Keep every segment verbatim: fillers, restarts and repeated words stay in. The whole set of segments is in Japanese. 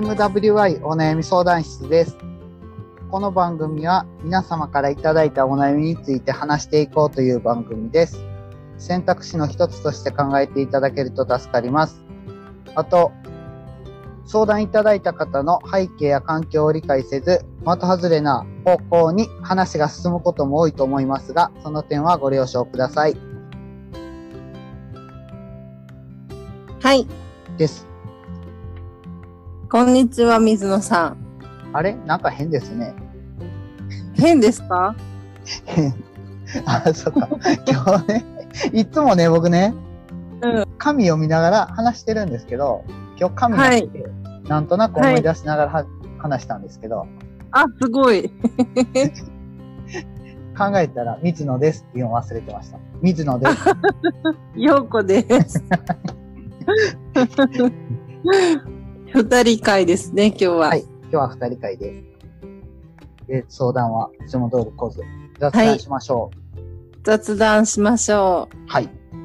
エムダブリューアイ お悩み相談室です。この番組は皆様からいただいたお悩みについて話していこうという番組です。選択肢の一つとして考えていただけると助かります。あと、相談いただいた方の背景や環境を理解せず、的外れな方向に話が進むことも多いと思いますが、その点はご了承ください。 はい。 です。 こんにちは、水野さん。 あれなんか変ですね。 変ですか？ 変。あ、そっか。今日ね、いつもね、僕ね、うん、紙を見ながら話してるんですけど、今日紙なくて、はい、なんとなく思い出しながら、はい、話したんですけど。 あ、すごい。 考えたら、水野ですっていうのを忘れてました。水野です。 ようこです。二人会ですね、今日は。 はい、今日は二人会です。で、相談はいつも通り来ず、雑談しましょう、はい。 雑談しましょう。 はい。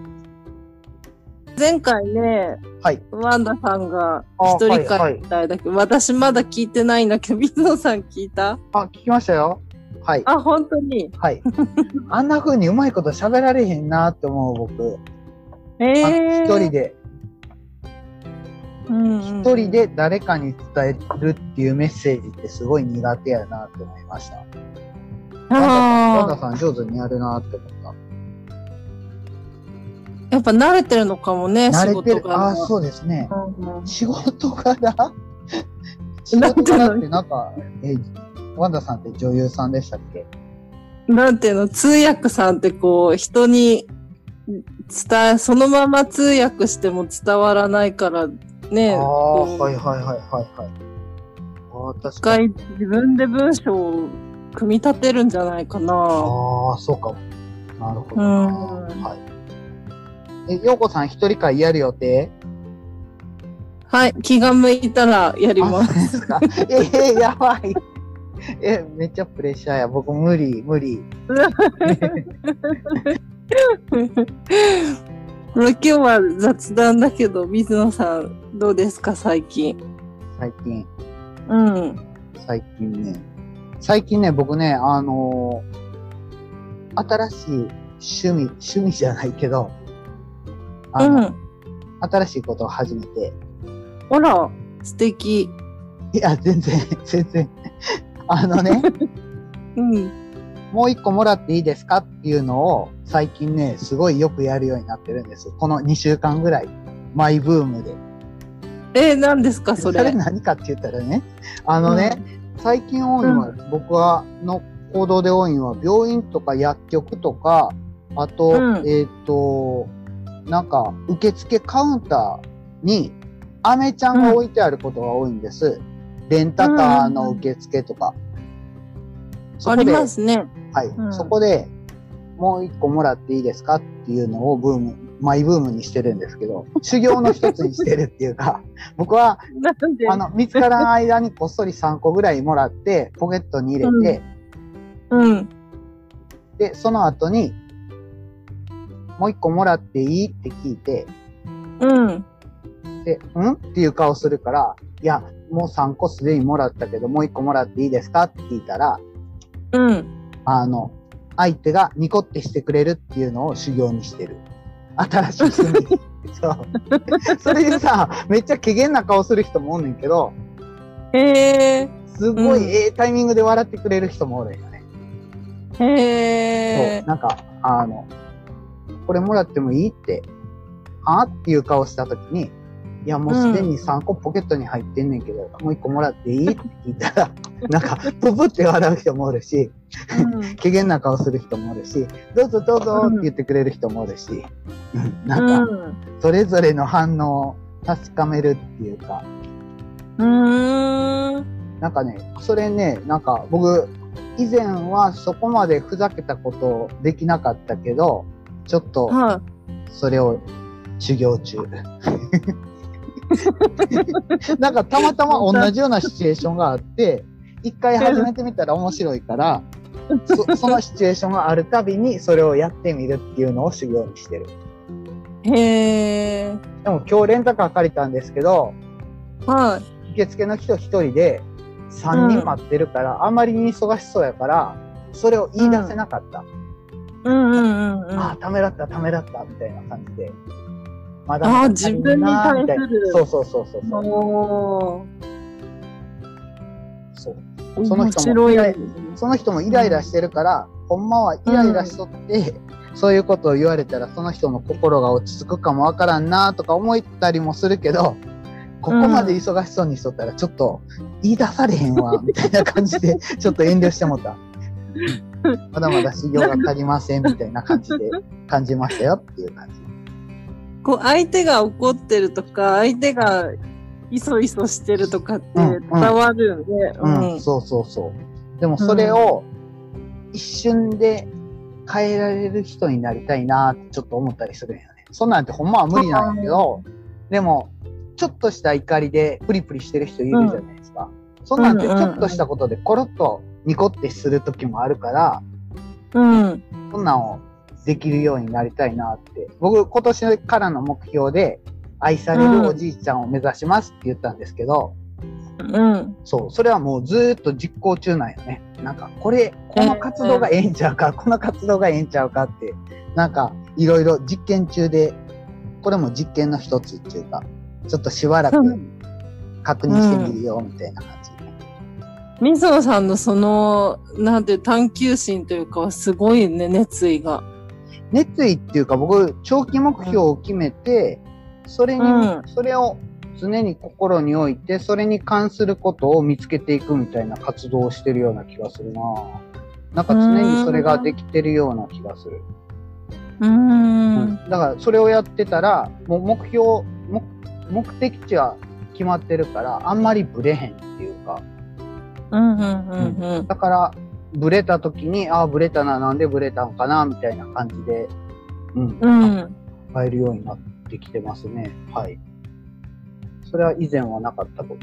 前回ね、はい、ワンダさんが一人会みたいだけど、はいはい、私まだ聞いてないんだけど、水野さん聞いた？ あ、聞きましたよ。はい。 あ、本当に？ はい。あんな風にうまいこと喋られへんなって思う、僕。 えー、 一人で。一、うんうん、人で誰かに伝えるっていうメッセージってすごい苦手やなって思いました。ワンダさん上手にやるなって思った。 やっぱ慣れてるのかもね、 慣れてる。ああ、そうですね。うんうん、仕事柄仕事柄ってなんか、え、ワンダさんって女優さんでしたっけ？ なんていうの、通訳さんってこう、人に伝え、そのまま通訳しても伝わらないから、ね、 ああ、はいはいはいはいはい。ああ、確かに。 自分で文章を組み立てるんじゃないかな。 ああ、そうかも。なるほどな。はい。え、ようこさん一人会やる予定？ はい、気が向いたらやります。 かえー、やばい。え、めっちゃプレッシャーや。僕無理、無理。 今日は雑談だけど、水野さんどうですか最近？ 最近。 うん。 最近ね。最近ね、僕ね、あのー、新しい趣味、趣味じゃないけど、あの、うん、新しいことを始めて。 あら、素敵。 いや、全然、全然。あのね、 うん。 もう一個もらっていいですかっていうのを最近ね、すごいよくやるようになってるんです。このにしゅうかんぐらい、マイブームで。 えー、何ですかそれ？ それ何かって言ったらね、あのね、うん、最近多いのは、うん、僕はの行動で多いのは病院とか薬局とか、あと、うん、えっと、なんか受付カウンターにアメちゃんが置いてあることが多いんです。うん、レンタカーの受付とか。 ありますね。 はい、うん。そこで、もう一個もらっていいですかっていうのをブーム、マイブームにしてるんですけど、修行の一つにしてるっていうか、僕は、あの、見つからん間にこっそりさんこぐらいもらって、ポケットに入れて、 うん。うん、 で、その後に、もう一個もらっていいって聞いて、 うん。 で、んっていう顔するから、いや、もうさんこすでにもらったけど、もう一個もらっていいですかって聞いたら、 うん。 あの、相手がニコってしてくれるっていうのを修行にしてる。新しい趣味。そう。それでさ、めっちゃ怪げな顔する人もおんねんけど、 へー。 すごいええタイミングで笑ってくれる人もおるんよね。 へー。 そう。なんか、あの、これもらってもいいって、はぁっていう顔したときに、いや、もうすでにさんこポケットに入ってんねんけど、うん、もういっこもらっていいって聞いたら、なんか、ププって笑う人もおるし、うん、怪げな顔する人もおるし、どうぞどうぞって言ってくれる人もおるし、うん、なんか、それぞれの反応を確かめるっていうか、 うーん、 なんかね、それね、なんか僕、以前はそこまでふざけたことできなかったけど、ちょっと、それを修行中。なんかたまたま同じようなシチュエーションがあって、一回始めてみたら面白いから、そ, そのシチュエーションがあるたびにそれをやってみるっていうのを修行にしてる。 へー。 でも今日レンタカー借りたんですけど、 は受付の人一人でさんにん待ってるから、うん、あまりに忙しそうやから、それを言い出せなかった。 うんうんうんうん。 ああ、ためらった、ためらった、みたいな感じで。 まだまだあ、自分に対する。 そうそうそうそうそう。 おそう。その人もイライ、その人もイライラしてるから、うん、ほんまはイライラしとって、うん、そういうことを言われたら、その人の心が落ち着くかもわからんなとか思ったりもするけど、ここまで忙しそうにしとったら、ちょっと言い出されへんわ、みたいな感じで、ちょっと遠慮してもた。まだまだ修行が足りません、みたいな感じで感じましたよっていう感じ。 こう、相手が怒ってるとか、相手がいそいそしてるとかって伝わるんで。 うん、うんうん、そうそうそう。でもそれを一瞬で変えられる人になりたいなってちょっと思ったりするんよね。そんなんてほんまは無理なんやけど、でも、ちょっとした怒りでプリプリしてる人いるじゃないですか。うん、そんなんてちょっとしたことでコロッとニコってする時もあるから、 うん。 そんなんをできるようになりたいなって。僕、今年からの目標で、愛されるおじいちゃんを目指しますって言ったんですけど、 うん。 そう、それはもうずーっと実行中なんよね。なんか、これ、この活動がええんちゃうか、この活動がええんちゃうかって、なんか、いろいろ実験中で、これも実験の一つっていうか、ちょっとしばらく確認してみるよ、みたいな感じ。 水野さんのその、なんていう探求心というか、すごいね、熱意が。 熱意っていうか、僕、長期目標を決めて、うん、それに、うん、それを常に心に置いて、それに関することを見つけていくみたいな活動をしてるような気がするな。なんか常にそれができてるような気がする。 うーん。うん、 だから、それをやってたら、もう目標、目、目的地は決まってるから、あんまりブレへんっていうか。 うんうんうんうん。 だから、ブレた時に、ああ、ブレたな、なんでブレたんかな、みたいな感じで、うん。 うん。 変えるようになってきてますね。はい。それは以前はなかったこと。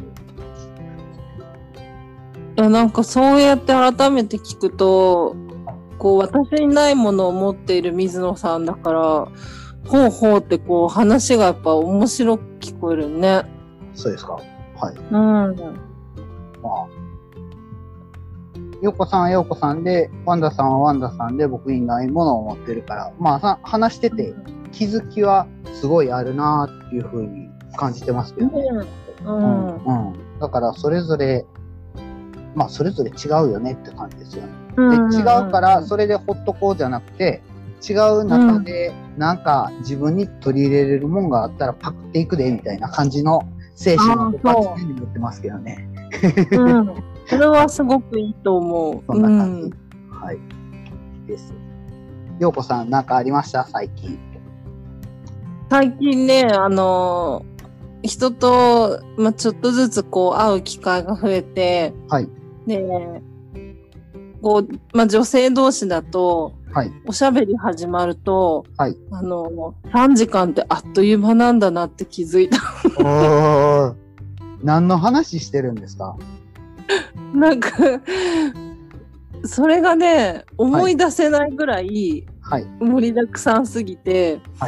いや、なんかそうやって改めて聞くと、こう、私にないものを持っている水野さんだから、ほうほうってこう、話がやっぱ面白く聞こえるね。 そうですか。はい。 うん。まあ。 ようこさんはようこさんで、ワンダさんはワンダさんで僕にないものを持ってるから、まあ話してて気づきはすごいあるなーっていう風に感じてますけどね。 うん。うん。 うん。だからそれぞれ、まあそれぞれ違うよねって感じですよね。で、違うからそれでほっとこうじゃなくて、違う中でなんか自分に取り入れれるもんがあったらパクっていくでみたいな感じの精神を僕は常に持ってますけどね。 うん。それはすごくいいと思う。 そんな感じ。うん、はい。です。ようこさん、なんかありました最近。 最近ね、あの、人と、まあ、ちょっとずつこう会う機会が増えて、 はい。 で、こう、まあ、女性同士だと、 はい。 おしゃべり始まると、 はい。 あの、さんじかんってあっという間なんだなって気づいた。 おー。何の話してるんですか？ なんか、それがね、思い出せないぐらい、 はい、 盛りだくさんすぎて、 はい、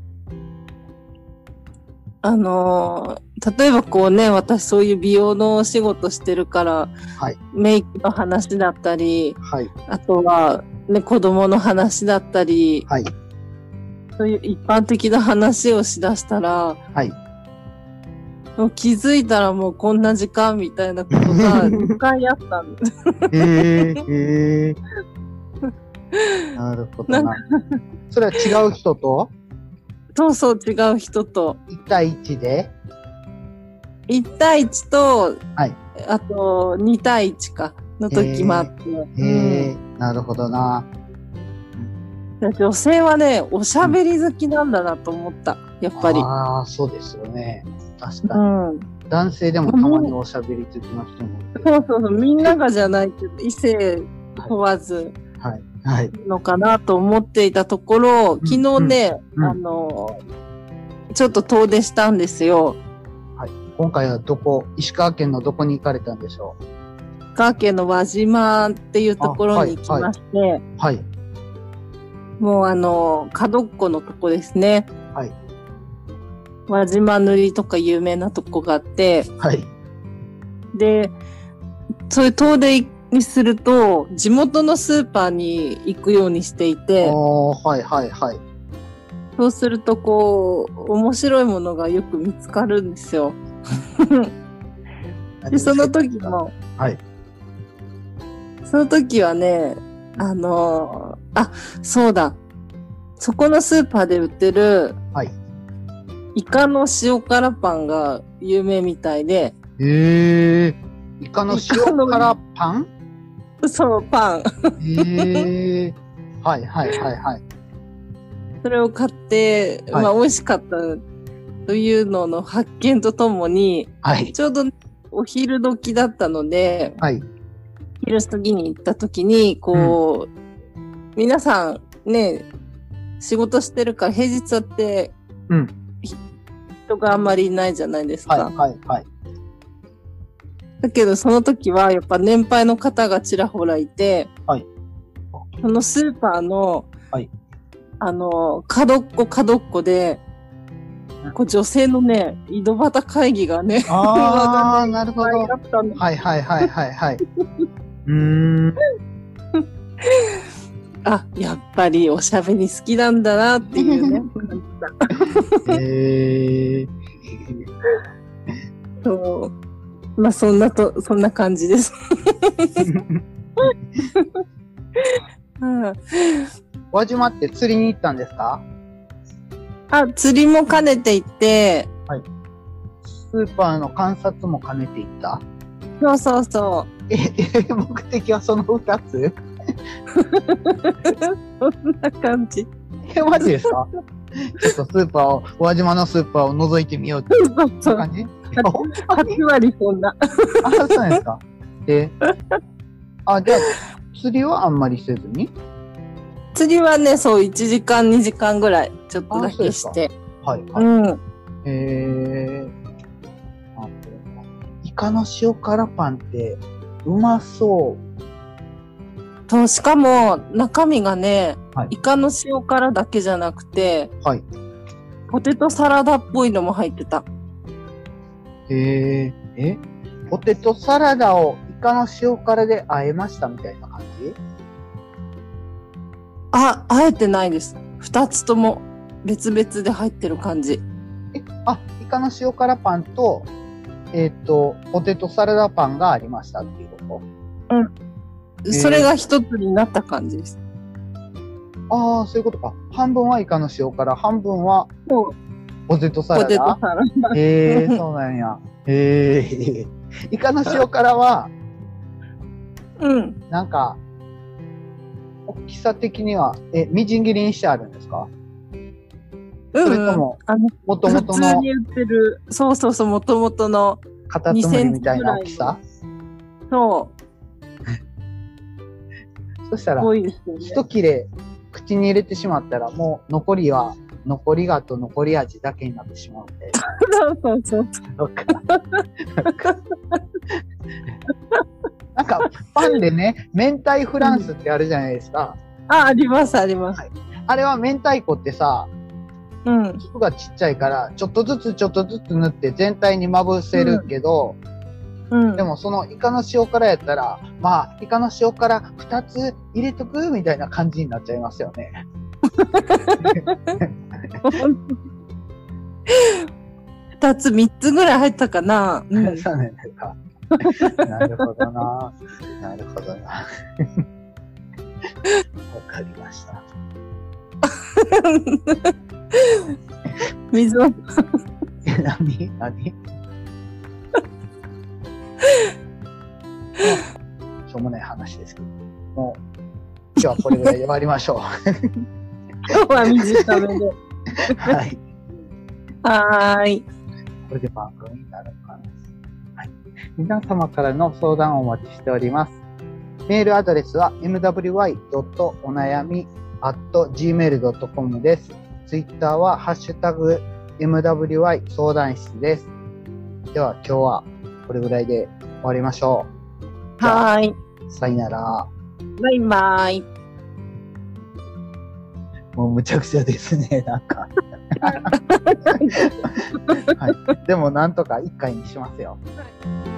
あのー、例えばこうね、私そういう美容のお仕事してるから、 はい、 メイクの話だったり、 はい、 あとは、ね、子供の話だったり、 はい、 そういう一般的な話をしだしたら、 はい、 もう気づいたらもうこんな時間みたいなことがにかいあったんです。 へー、へー。なるほどな。それは違う人と？ そうそう、違う人と。 いち対いちで？ いち対いちと、 はい、 あとに対いちかの時もあって。 へー、うん、なるほどな。 女性はね、おしゃべり好きなんだなと思った。やっぱり。 ああ、そうですよね。確かに、 うん。 男性でもたまにおしゃべり好きな人もいる。そうそうそう。みんながじゃないけど、異性問わず。 はい。はい。 のかなと思っていたところ、昨日ね、うんうん、あの、ちょっと遠出したんですよ。 はい。今回はどこ、石川県のどこに行かれたんでしょう？ 石川県の輪島っていうところに行きまして、はい。はいはい、もうあの、角っこのとこですね。 はい。 輪島塗りとか有名なとこがあって、 はい。 で、そういう遠出にすると、地元のスーパーに行くようにしていて、 おー、はいはいはい。 そうするとこう、面白いものがよく見つかるんですよ。で、その時も、 はい。 その時はね、あのー、あ、そうだ。そこのスーパーで売ってる、 はい。 イカの塩辛パンが有名みたいで。 へえ。イカの塩辛パン？ そう、パン。 へえ。はいはいはいはい。 それを買って、 はい、 まあ美味しかったというのの発見とともに、 はい、 ちょうどお昼時だったので、 はい、 昼過ぎに行った時に、こう、うん、皆さんね、仕事してるから平日だって、うん、人があんまりいないじゃないですか。 はい、はい、はい。 だけどその時はやっぱ年配の方がちらほらいて、はい、そのスーパーの、はい、あの、角っこ角っこで、こう女性のね、井戸端会議がね、 ああ、なるほど。はいはいはいはいはい。うーん。 あ、やっぱりおしゃべり好きなんだなっていうね。 へえ。 そう。まあそんなと、そんな感じです。 うん、輪島って釣りに行ったんですか？ あ、釣りも兼ねて行って、 はい。スーパーの観察も兼ねて行った？ そうそうそう。 え、え、目的はその二つ？ そんな感じ。 え、マジですか？ちょっとスーパーを、輪島のスーパーを覗いてみようっていう感じ？ はち割そんな。 あ、そうなんですか。え、あ、じゃあ、釣りはあんまりせずに？ 釣りはね、そう、いちじかん、にじかんぐらい、ちょっとだけして。 はい、はい。うん。へー。イカの塩辛パンって、うまそう。 と、しかも、中身がね、はい、イカの塩辛だけじゃなくて、はい。ポテトサラダっぽいのも入ってた。 へー。え？ポテトサラダをイカの塩辛で和えましたみたいな感じ？ あ、あえてないです。二つとも別々で入ってる感じ。 え、あ、イカの塩辛パンと、えっと、ポテトサラダパンがありましたっていうこと？ うん。それが一つになった感じです。 ああ、そういうことか。半分はイカの塩辛、半分はポテトサラダ。ポテトサラダ。へえ、そうなんや。へえ。イカの塩辛は、うん。なんか、大きさ的には、え、みじん切りにしてあるんですか？うん、それとも、あの、もともとの。 普通に売ってる、そうそうそう、もともとの。 カタツムリみたいな大きさ？ そう。 そしたら、ね、一切れ口に入れてしまったら、もう残りは、残りがと残り味だけになってしまうんで。 そうそうそう。 なんか、パンでね、明太フランスってあるじゃないですか。 うん、あ、あります、あります、はい。 あれは明太子ってさ、うん。粒がちっちゃいから、ちょっとずつちょっとずつ塗って全体にまぶせるけど、うんうん、でもそのイカの塩辛やったら、まあ、イカの塩辛二つ入れとくみたいな感じになっちゃいますよね。 二つ、三つぐらい入ったかな。 うん、そうなんですか。なるほどな。なるほどな。わかりました。 水を。 何何しょうもない話ですけど、もう今日はこれぐらいで終わりましょう。 今日は水食べる。 はい。 はーい。 これで番組になるのかな。はい。皆様からの相談をお待ちしております。メールアドレスは エムダブリューワイドットおなやみアットジーメールドットコム です。ツイッターはハッシュタグ エムダブリューワイ 相談室です。では今日はこれぐらいで終わりましょう。はーい。 さよなら。 バイバイ。 もうむちゃくちゃですね、なんか。はい。でもなんとか一回にしますよ。はい。